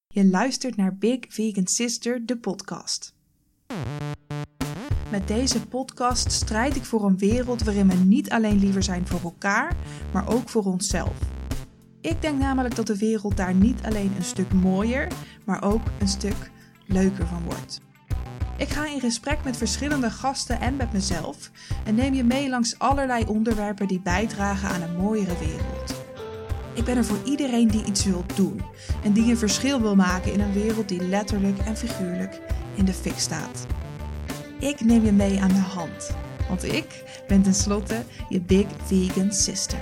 Je luistert naar Big Vegan Sister, de podcast. Met deze podcast strijd ik voor een wereld waarin we niet alleen liever zijn voor elkaar, maar ook voor onszelf. Ik denk namelijk dat de wereld daar niet alleen een stuk mooier, maar ook een stuk leuker van wordt. Ik ga in gesprek met verschillende gasten en met mezelf en neem je mee langs allerlei onderwerpen die bijdragen aan een mooiere wereld. Ik ben er voor iedereen die iets wil doen en die een verschil wil maken in een wereld die letterlijk en figuurlijk in de fik staat. Ik neem je mee aan de hand, want ik ben tenslotte je Big Vegan Sister.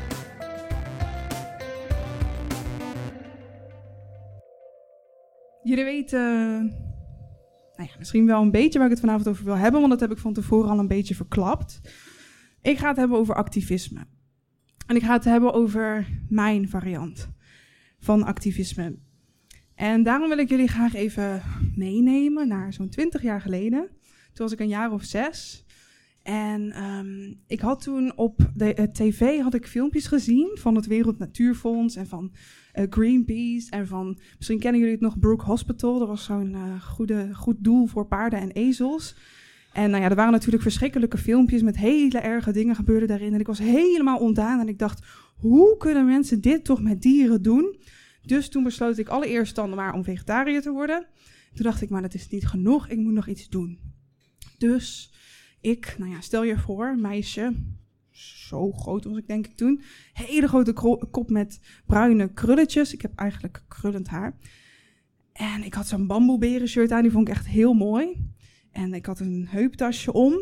Jullie weten misschien wel een beetje waar ik het vanavond over wil hebben, want dat heb ik van tevoren al een beetje verklapt. Ik ga het hebben over activisme. En ik ga het hebben over mijn variant van activisme. En daarom wil ik jullie graag even meenemen naar zo'n 20 jaar geleden. Toen was ik een jaar of 6. En ik had toen op de tv had ik filmpjes gezien van het Wereld Natuurfonds en van Greenpeace. En van, misschien kennen jullie het nog, Brook Hospital. Dat was zo'n goed doel voor paarden en ezels. En er waren natuurlijk verschrikkelijke filmpjes met hele erge dingen gebeurden daarin. En ik was helemaal ontdaan en ik dacht, hoe kunnen mensen dit toch met dieren doen? Dus toen besloot ik allereerst dan maar om vegetariër te worden. Toen dacht ik, maar dat is niet genoeg, ik moet nog iets doen. Dus ik, stel je voor, meisje, zo groot was ik denk ik toen. Hele grote kop met bruine krulletjes. Ik heb eigenlijk krullend haar. En ik had zo'n bamboeberenshirt aan, die vond ik echt heel mooi. En ik had een heuptasje om,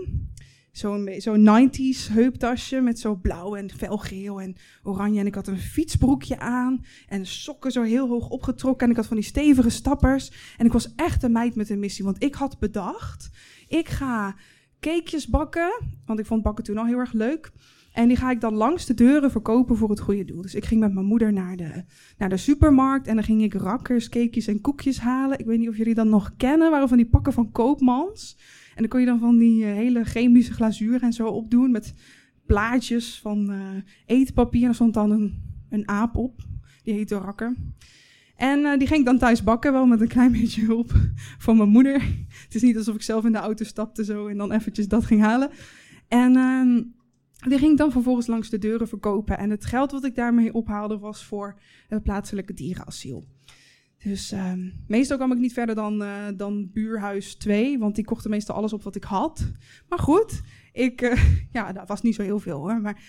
zo'n 90s heuptasje met zo blauw en felgeel en oranje. En ik had een fietsbroekje aan en sokken zo heel hoog opgetrokken. En ik had van die stevige stappers. En ik was echt een meid met een missie, want ik had bedacht, ik ga cakejes bakken, want ik vond bakken toen al heel erg leuk. En die ga ik dan langs de deuren verkopen voor het goede doel. Dus ik ging met mijn moeder naar de supermarkt en dan ging ik rakkers, cakejes en koekjes halen. Ik weet niet of jullie dat nog kennen, waren van die pakken van Koopmans. En dan kon je dan van die hele chemische glazuur en zo opdoen met plaatjes van eetpapier. En er stond dan een aap op, die heette rakker. En die ging ik dan thuis bakken, wel met een klein beetje hulp van mijn moeder. Het is niet alsof ik zelf in de auto stapte zo en dan eventjes dat ging halen. En die ging ik dan vervolgens langs de deuren verkopen. En het geld wat ik daarmee ophaalde was voor het plaatselijke dierenasiel. Dus meestal kwam ik niet verder dan buurhuis 2, want die kochten meestal alles op wat ik had. Maar goed, dat was niet zo heel veel hoor. Maar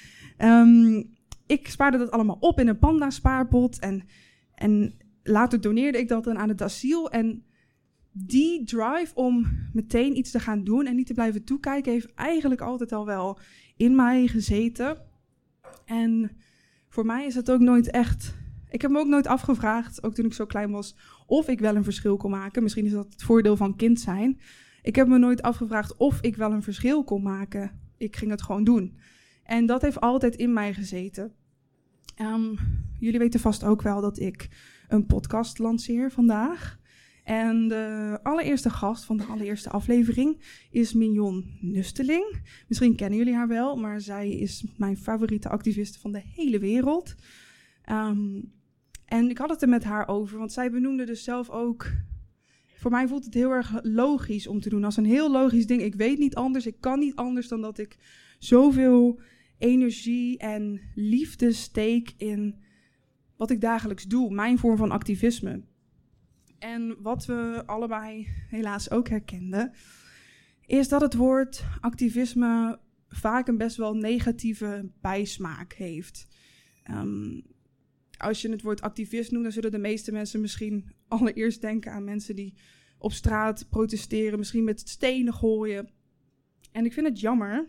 ik spaarde dat allemaal op in een panda-spaarpot. En later doneerde ik dat dan aan het asiel. En die drive om meteen iets te gaan doen en niet te blijven toekijken, heeft eigenlijk altijd al wel in mij gezeten. En voor mij is het ook nooit echt. Ik heb me ook nooit afgevraagd, ook toen ik zo klein was, of ik wel een verschil kon maken. Misschien is dat het voordeel van kind zijn. Ik heb me nooit afgevraagd of ik wel een verschil kon maken. Ik ging het gewoon doen. En dat heeft altijd in mij gezeten. Jullie weten vast ook wel dat ik een podcast lanceer vandaag. En de allereerste gast van de allereerste aflevering is Mignon Nusteling. Misschien kennen jullie haar wel, maar zij is mijn favoriete activiste van de hele wereld. En ik had het er met haar over, want zij benoemde dus zelf ook. Voor mij voelt het heel erg logisch om te doen, als een heel logisch ding. Ik weet niet anders, ik kan niet anders dan dat ik zoveel energie en liefde steek in wat ik dagelijks doe, mijn vorm van activisme. En wat we allebei helaas ook herkenden, is dat het woord activisme vaak een best wel negatieve bijsmaak heeft. Als je het woord activist noemt, dan zullen de meeste mensen misschien allereerst denken aan mensen die op straat protesteren, misschien met stenen gooien. En ik vind het jammer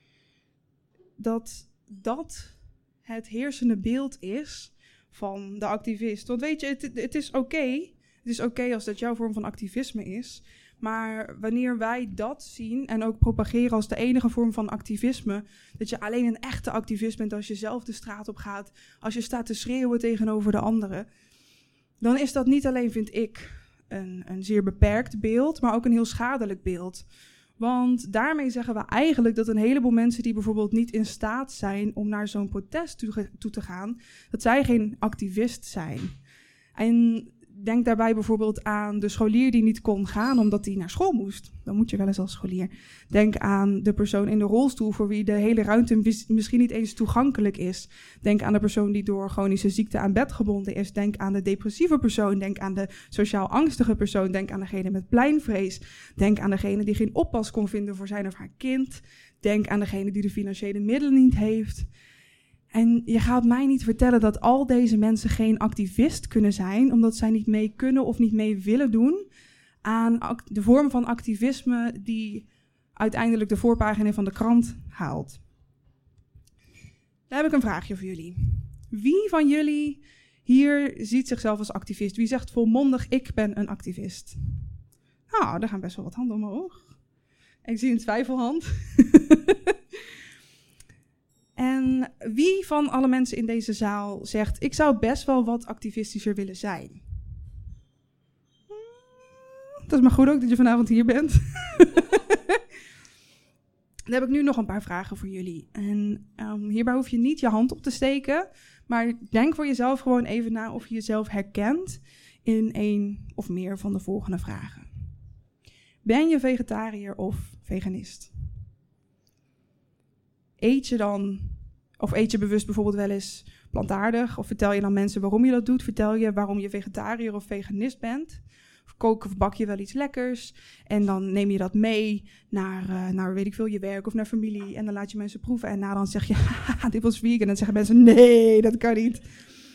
dat dat het heersende beeld is van de activist. Want weet je, het is oké. Het is oké als dat jouw vorm van activisme is. Maar wanneer wij dat zien en ook propageren als de enige vorm van activisme, dat je alleen een echte activist bent als je zelf de straat op gaat, als je staat te schreeuwen tegenover de anderen, dan is dat niet alleen, vind ik, een zeer beperkt beeld, maar ook een heel schadelijk beeld. Want daarmee zeggen we eigenlijk dat een heleboel mensen die bijvoorbeeld niet in staat zijn om naar zo'n protest toe te gaan, dat zij geen activist zijn. En denk daarbij bijvoorbeeld aan de scholier die niet kon gaan omdat hij naar school moest. Dan moet je wel eens als scholier. Denk aan de persoon in de rolstoel voor wie de hele ruimte misschien niet eens toegankelijk is. Denk aan de persoon die door chronische ziekte aan bed gebonden is. Denk aan de depressieve persoon. Denk aan de sociaal angstige persoon. Denk aan degene met pleinvrees. Denk aan degene die geen oppas kon vinden voor zijn of haar kind. Denk aan degene die de financiële middelen niet heeft. En je gaat mij niet vertellen dat al deze mensen geen activist kunnen zijn, omdat zij niet mee kunnen of niet mee willen doen aan de vorm van activisme die uiteindelijk de voorpagina van de krant haalt. Daar heb ik een vraagje voor jullie. Wie van jullie hier ziet zichzelf als activist? Wie zegt volmondig, ik ben een activist? Nou, daar gaan best wel wat handen omhoog. Ik zie een twijfelhand. En wie van alle mensen in deze zaal zegt, ik zou best wel wat activistischer willen zijn? Dat is maar goed ook dat je vanavond hier bent. Dan heb ik nu nog een paar vragen voor jullie. En hierbij hoef je niet je hand op te steken, maar denk voor jezelf gewoon even na of je jezelf herkent in één of meer van de volgende vragen. Ben je vegetariër of veganist? Eet je bewust bijvoorbeeld wel eens plantaardig? Of vertel je dan mensen waarom je dat doet? Vertel je waarom je vegetariër of veganist bent? Of kook of bak je wel iets lekkers? En dan neem je dat mee naar weet ik veel, je werk of naar familie. En dan laat je mensen proeven. En dan zeg je, haha, dit was vegan. En dan zeggen mensen, nee, dat kan niet.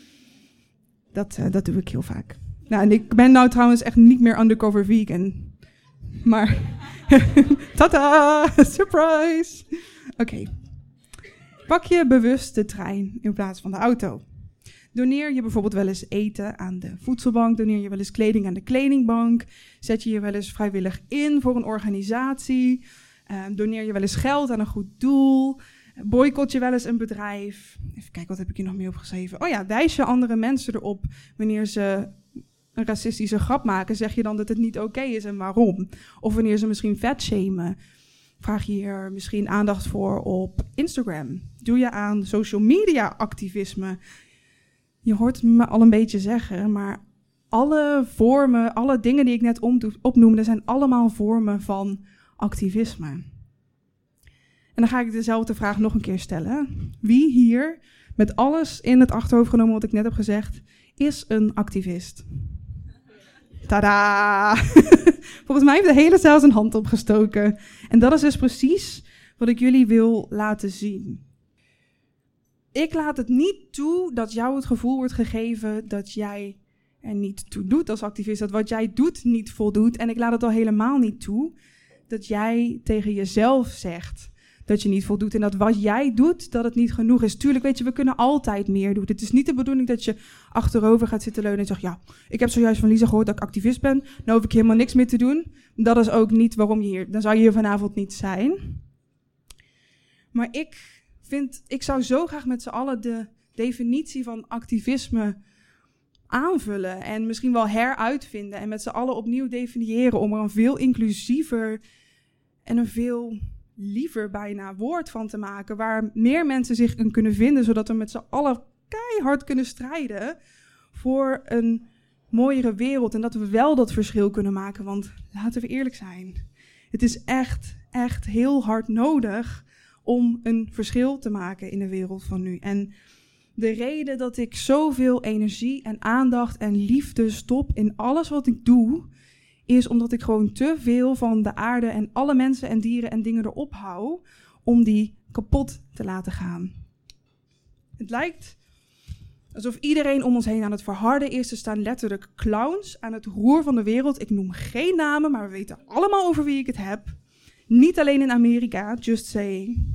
Dat doe ik heel vaak. Nou, en ik ben nou trouwens echt niet meer undercover vegan. Maar, tada, surprise. Oké. Pak je bewust de trein in plaats van de auto? Doneer je bijvoorbeeld wel eens eten aan de voedselbank? Doneer je wel eens kleding aan de kledingbank? Zet je je wel eens vrijwillig in voor een organisatie? Doneer je wel eens geld aan een goed doel? Boycott je wel eens een bedrijf? Even kijken, wat heb ik hier nog meer opgeschreven? Oh ja, wijs je andere mensen erop wanneer ze een racistische grap maken? Zeg je dan dat het niet oké is en waarom? Of wanneer ze misschien vetshamen? Vraag je hier misschien aandacht voor op Instagram? Doe je aan social media activisme? Je hoort me al een beetje zeggen, maar alle vormen, alle dingen die ik net opnoemde, zijn allemaal vormen van activisme. En dan ga ik dezelfde vraag nog een keer stellen. Wie hier, met alles in het achterhoofd genomen wat ik net heb gezegd, is een activist? Tadaa! Volgens mij heeft de hele zaal zijn hand opgestoken. En dat is dus precies wat ik jullie wil laten zien. Ik laat het niet toe dat jou het gevoel wordt gegeven dat jij er niet toe doet als activist. Dat wat jij doet niet voldoet. En ik laat het al helemaal niet toe dat jij tegen jezelf zegt dat je niet voldoet. En dat wat jij doet, dat het niet genoeg is. Tuurlijk, weet je, we kunnen altijd meer doen. Het is niet de bedoeling dat je achterover gaat zitten leunen en zegt, ja, ik heb zojuist van Lisa gehoord dat ik activist ben. Nou hoef ik helemaal niks meer te doen. Dat is ook niet waarom je hier, dan zou je hier vanavond niet zijn. Maar ik zou zo graag met z'n allen de definitie van activisme aanvullen en misschien wel heruitvinden en met z'n allen opnieuw definiëren om er een veel inclusiever en een veel liever bijna woord van te maken, waar meer mensen zich in kunnen vinden, zodat we met z'n allen keihard kunnen strijden voor een mooiere wereld en dat we wel dat verschil kunnen maken, want laten we eerlijk zijn, het is echt heel hard nodig om een verschil te maken in de wereld van nu. En de reden dat ik zoveel energie en aandacht en liefde stop in alles wat ik doe, is omdat ik gewoon te veel van de aarde en alle mensen en dieren en dingen erop hou om die kapot te laten gaan. Het lijkt alsof iedereen om ons heen aan het verharden is. Er staan letterlijk clowns aan het roer van de wereld. Ik noem geen namen, maar we weten allemaal over wie ik het heb. Niet alleen in Amerika, just saying.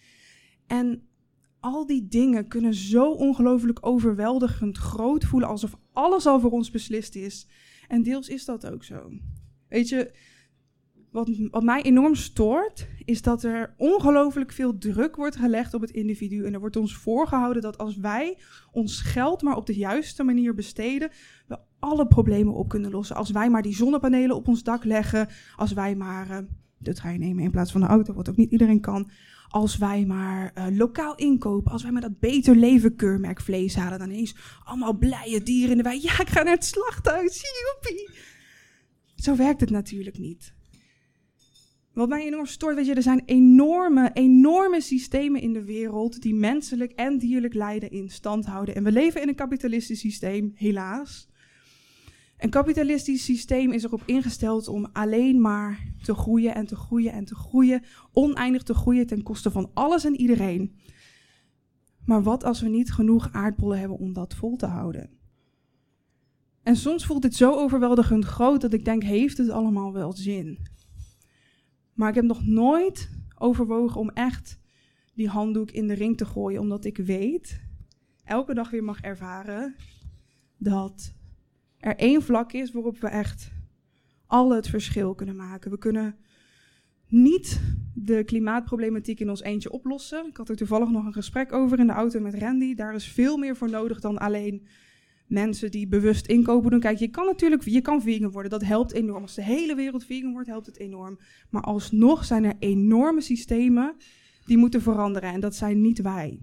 En al die dingen kunnen zo ongelooflijk overweldigend groot voelen, alsof alles al voor ons beslist is. En deels is dat ook zo. Weet je, wat mij enorm stoort, is dat er ongelooflijk veel druk wordt gelegd op het individu. En er wordt ons voorgehouden dat als wij ons geld maar op de juiste manier besteden, we alle problemen op kunnen lossen. Als wij maar die zonnepanelen op ons dak leggen, als wij maar de trein nemen in plaats van de auto, wat ook niet iedereen kan. Als wij maar lokaal inkopen, als wij maar dat Beter Leven keurmerk vlees halen, dan ineens allemaal blije dieren in de wei. Ja, ik ga naar het slachthuis, joepie. Zo werkt het natuurlijk niet. Wat mij enorm stoort, weet je, er zijn enorme systemen in de wereld die menselijk en dierlijk lijden in stand houden. En we leven in een kapitalistisch systeem, helaas. Een kapitalistisch systeem is erop ingesteld om alleen maar te groeien en te groeien en te groeien, oneindig te groeien ten koste van alles en iedereen. Maar wat als we niet genoeg aardbollen hebben om dat vol te houden? En soms voelt dit zo overweldigend groot dat ik denk, heeft het allemaal wel zin? Maar ik heb nog nooit overwogen om echt die handdoek in de ring te gooien, omdat ik weet, elke dag weer mag ervaren, dat er één vlak is waarop we echt al het verschil kunnen maken. We kunnen niet de klimaatproblematiek in ons eentje oplossen. Ik had er toevallig nog een gesprek over in de auto met Randy. Daar is veel meer voor nodig dan alleen mensen die bewust inkopen doen. Kijk, je kan vegan worden, dat helpt enorm. Als de hele wereld vegan wordt, helpt het enorm. Maar alsnog zijn er enorme systemen die moeten veranderen. En dat zijn niet wij.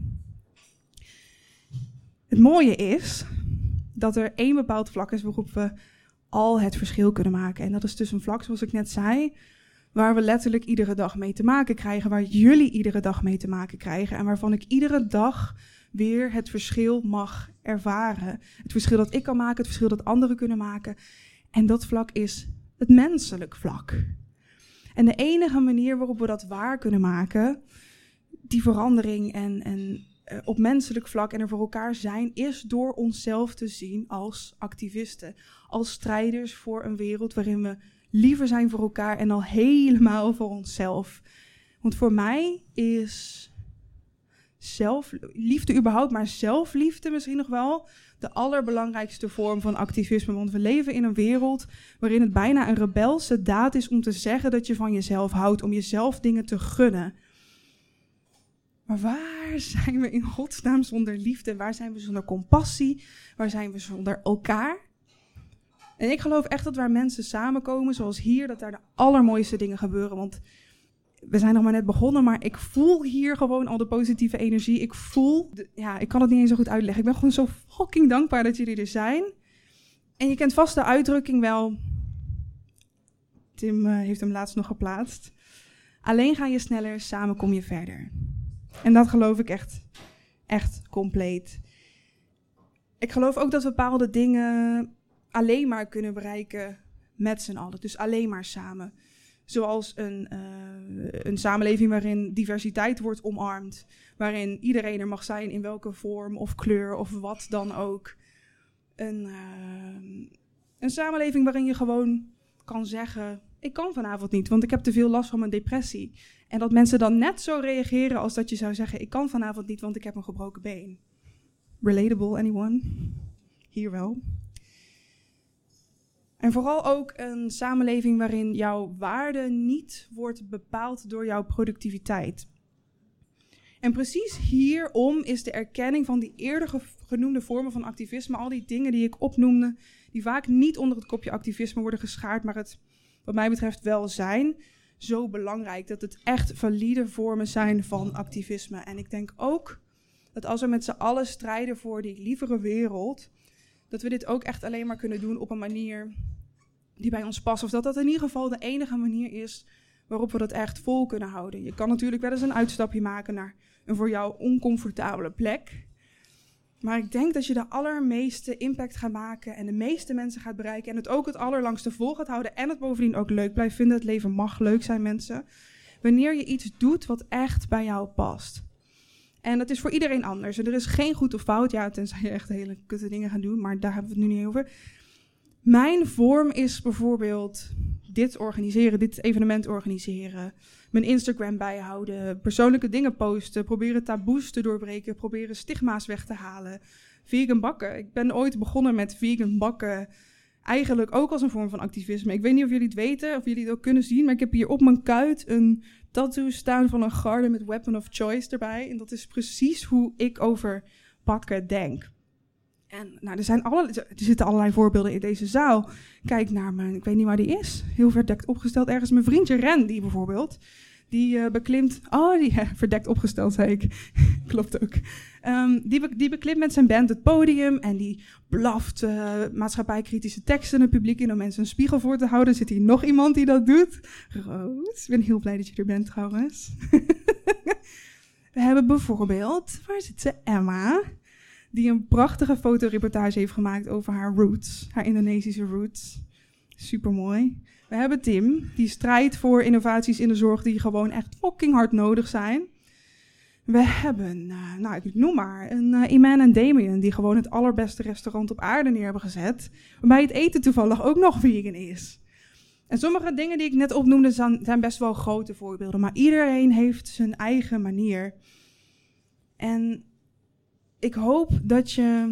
Het mooie is dat er één bepaald vlak is waarop we al het verschil kunnen maken. En dat is dus een vlak, zoals ik net zei, waar we letterlijk iedere dag mee te maken krijgen. Waar jullie iedere dag mee te maken krijgen. En waarvan ik iedere dag weer het verschil mag ervaren. Het verschil dat ik kan maken, het verschil dat anderen kunnen maken. En dat vlak is het menselijk vlak. En de enige manier waarop we dat waar kunnen maken, die verandering en op menselijk vlak en er voor elkaar zijn, is door onszelf te zien als activisten. Als strijders voor een wereld waarin we liever zijn voor elkaar en al helemaal voor onszelf. Want voor mij is liefde überhaupt, maar zelfliefde misschien nog wel de allerbelangrijkste vorm van activisme. Want we leven in een wereld waarin het bijna een rebelse daad is om te zeggen dat je van jezelf houdt, om jezelf dingen te gunnen. Maar waar zijn we in godsnaam zonder liefde? Waar zijn we zonder compassie? Waar zijn we zonder elkaar? En ik geloof echt dat waar mensen samenkomen, zoals hier, dat daar de allermooiste dingen gebeuren. Want we zijn nog maar net begonnen, maar ik voel hier gewoon al de positieve energie. Ik kan het niet eens zo goed uitleggen. Ik ben gewoon zo fucking dankbaar dat jullie er zijn. En je kent vast de uitdrukking wel. Tim heeft hem laatst nog geplaatst. Alleen ga je sneller, samen kom je verder. En dat geloof ik echt compleet. Ik geloof ook dat we bepaalde dingen alleen maar kunnen bereiken met z'n allen. Dus alleen maar samen. Zoals een samenleving waarin diversiteit wordt omarmd. Waarin iedereen er mag zijn in welke vorm of kleur of wat dan ook. Een samenleving waarin je gewoon kan zeggen, ik kan vanavond niet, want ik heb te veel last van mijn depressie. En dat mensen dan net zo reageren als dat je zou zeggen, ik kan vanavond niet, want ik heb een gebroken been. Relatable, anyone? Hier wel. En vooral ook een samenleving waarin jouw waarde niet wordt bepaald door jouw productiviteit. En precies hierom is de erkenning van die eerder genoemde vormen van activisme, al die dingen die ik opnoemde, die vaak niet onder het kopje activisme worden geschaard, maar het wat mij betreft wel zijn, zo belangrijk. Dat het echt valide vormen zijn van activisme. En ik denk ook dat als we met z'n allen strijden voor die lievere wereld, dat we dit ook echt alleen maar kunnen doen op een manier die bij ons past. Of dat in ieder geval de enige manier is waarop we dat echt vol kunnen houden. Je kan natuurlijk wel eens een uitstapje maken naar een voor jou oncomfortabele plek. Maar ik denk dat je de allermeeste impact gaat maken en de meeste mensen gaat bereiken en het ook het allerlangste vol gaat houden en het bovendien ook leuk blijft vinden. Het leven mag leuk zijn, mensen. Wanneer je iets doet wat echt bij jou past. En dat is voor iedereen anders. En er is geen goed of fout. Ja, tenzij je echt hele kutte dingen gaat doen, maar daar hebben we het nu niet over. Mijn vorm is bijvoorbeeld dit organiseren, dit evenement organiseren. Mijn Instagram bijhouden, persoonlijke dingen posten, proberen taboes te doorbreken, proberen stigma's weg te halen. Vegan bakken. Ik ben ooit begonnen met vegan bakken. Eigenlijk ook als een vorm van activisme. Ik weet niet of jullie het weten, of jullie het ook kunnen zien, maar ik heb hier op mijn kuit een tattoo staan van een garde met weapon of choice erbij. En dat is precies hoe ik over bakken denk. En nou, er zitten allerlei voorbeelden in deze zaal. Kijk naar ik weet niet waar die is. Heel verdekt opgesteld ergens. Mijn vriendje Randy bijvoorbeeld. Die beklimt... verdekt opgesteld, zei ik. Klopt ook. Die beklimt met zijn band het podium en die blaft maatschappijkritische teksten het publiek in om mensen een spiegel voor te houden. Zit hier nog iemand die dat doet? Roos, ik ben heel blij dat je er bent trouwens. We hebben bijvoorbeeld, waar zit ze? Emma, die een prachtige fotoreportage heeft gemaakt over haar roots, haar Indonesische roots. Supermooi. We hebben Tim, die strijdt voor innovaties in de zorg die gewoon echt fucking hard nodig zijn. We hebben, ik noem maar, een Iman en Damien, die gewoon het allerbeste restaurant op aarde neer hebben gezet, waarbij het eten toevallig ook nog vegan is. En sommige dingen die ik net opnoemde zijn best wel grote voorbeelden, maar iedereen heeft zijn eigen manier. En ik hoop dat je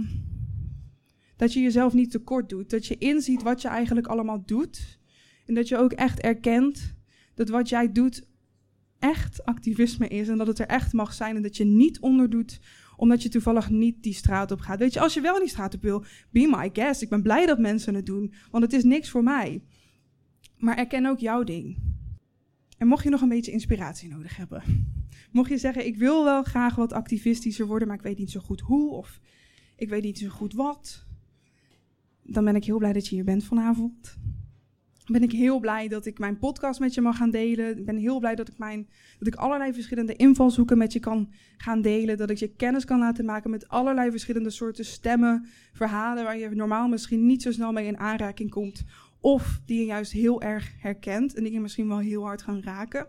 jezelf niet tekort doet, dat je inziet wat je eigenlijk allemaal doet en dat je ook echt erkent dat wat jij doet echt activisme is en dat het er echt mag zijn en dat je niet onderdoet omdat je toevallig niet die straat op gaat. Weet je, als je wel die straat op wil, be my guest. Ik ben blij dat mensen het doen, want het is niks voor mij. Maar erken ook jouw ding. En mocht je nog een beetje inspiratie nodig hebben, mocht je zeggen, ik wil wel graag wat activistischer worden, maar ik weet niet zo goed hoe of ik weet niet zo goed wat, dan ben ik heel blij dat je hier bent vanavond. Ben ik heel blij dat ik mijn podcast met je mag gaan delen. Ik ben heel blij dat ik allerlei verschillende invalshoeken met je kan gaan delen. Dat ik je kennis kan laten maken met allerlei verschillende soorten stemmen, verhalen waar je normaal misschien niet zo snel mee in aanraking komt. Of die je juist heel erg herkent en die je misschien wel heel hard gaan raken.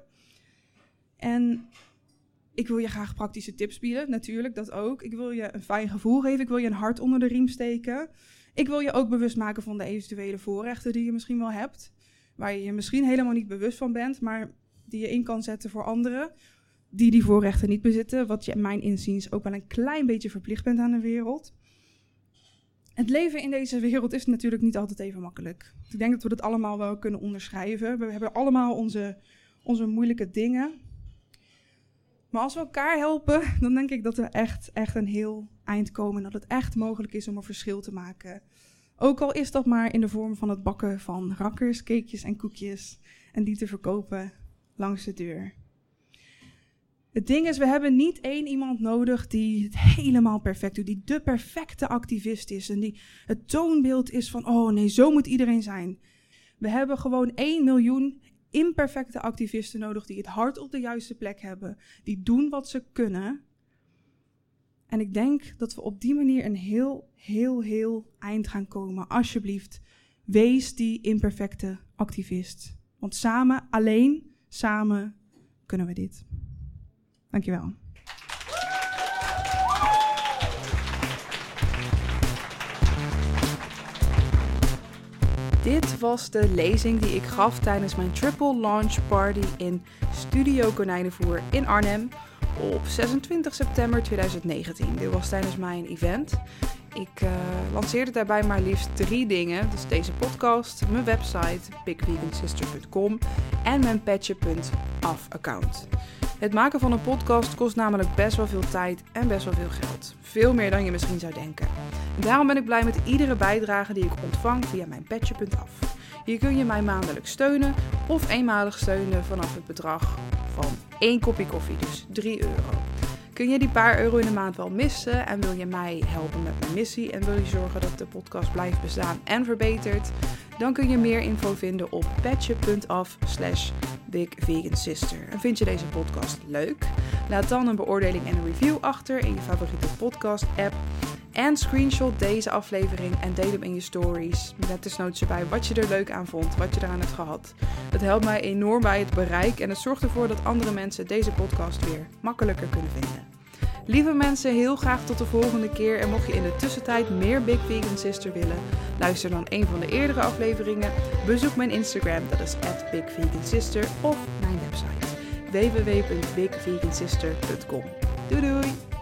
En ik wil je graag praktische tips bieden, natuurlijk, dat ook. Ik wil je een fijn gevoel geven, ik wil je een hart onder de riem steken. Ik wil je ook bewust maken van de eventuele voorrechten die je misschien wel hebt. Waar je je misschien helemaal niet bewust van bent, maar die je in kan zetten voor anderen die voorrechten niet bezitten. Wat je in mijn inziens ook wel een klein beetje verplicht bent aan de wereld. Het leven in deze wereld is natuurlijk niet altijd even makkelijk. Ik denk dat we dat allemaal wel kunnen onderschrijven. We hebben allemaal onze moeilijke dingen. Maar als we elkaar helpen, dan denk ik dat we echt een heel eind komen. Dat het echt mogelijk is om een verschil te maken. Ook al is dat maar in de vorm van het bakken van rakkers, cakejes en koekjes. En die te verkopen langs de deur. Het ding is, we hebben niet één iemand nodig die het helemaal perfect doet. Die de perfecte activist is. En die het toonbeeld is van, oh nee, zo moet iedereen zijn. We hebben gewoon 1 miljoen imperfecte activisten nodig die het hart op de juiste plek hebben. Die doen wat ze kunnen. En ik denk dat we op die manier een heel eind gaan komen. Alsjeblieft, wees die imperfecte activist. Want samen, alleen samen, kunnen we dit. Dankjewel. Dit was de lezing die ik gaf tijdens mijn triple launch party in Studio Konijnenvoer in Arnhem op 26 september 2019. Dit was tijdens mijn event. Ik lanceerde daarbij maar liefst 3 dingen. Dus deze podcast, mijn website bigvegansister.com en mijn Petje.af account. Het maken van een podcast kost namelijk best wel veel tijd en best wel veel geld. Veel meer dan je misschien zou denken. En daarom ben ik blij met iedere bijdrage die ik ontvang via mijn Petje.af. Hier kun je mij maandelijks steunen of eenmalig steunen vanaf het bedrag van 1 kopje koffie, dus €3. Kun je die paar euro in de maand wel missen en wil je mij helpen met mijn missie en wil je zorgen dat de podcast blijft bestaan en verbetert, dan kun je meer info vinden op petje.af/bigvegansister. En vind je deze podcast leuk? Laat dan een beoordeling en een review achter in je favoriete podcast app. En screenshot deze aflevering en deel hem in je stories. Met desnoods erbij wat je er leuk aan vond, wat je eraan hebt gehad. Dat helpt mij enorm bij het bereik en het zorgt ervoor dat andere mensen deze podcast weer makkelijker kunnen vinden. Lieve mensen, heel graag tot de volgende keer. En mocht je in de tussentijd meer Big Vegan Sister willen, luister dan een van de eerdere afleveringen. Bezoek mijn Instagram, dat is @bigvegansister, of mijn website www.bigvegansister.com. Doei doei!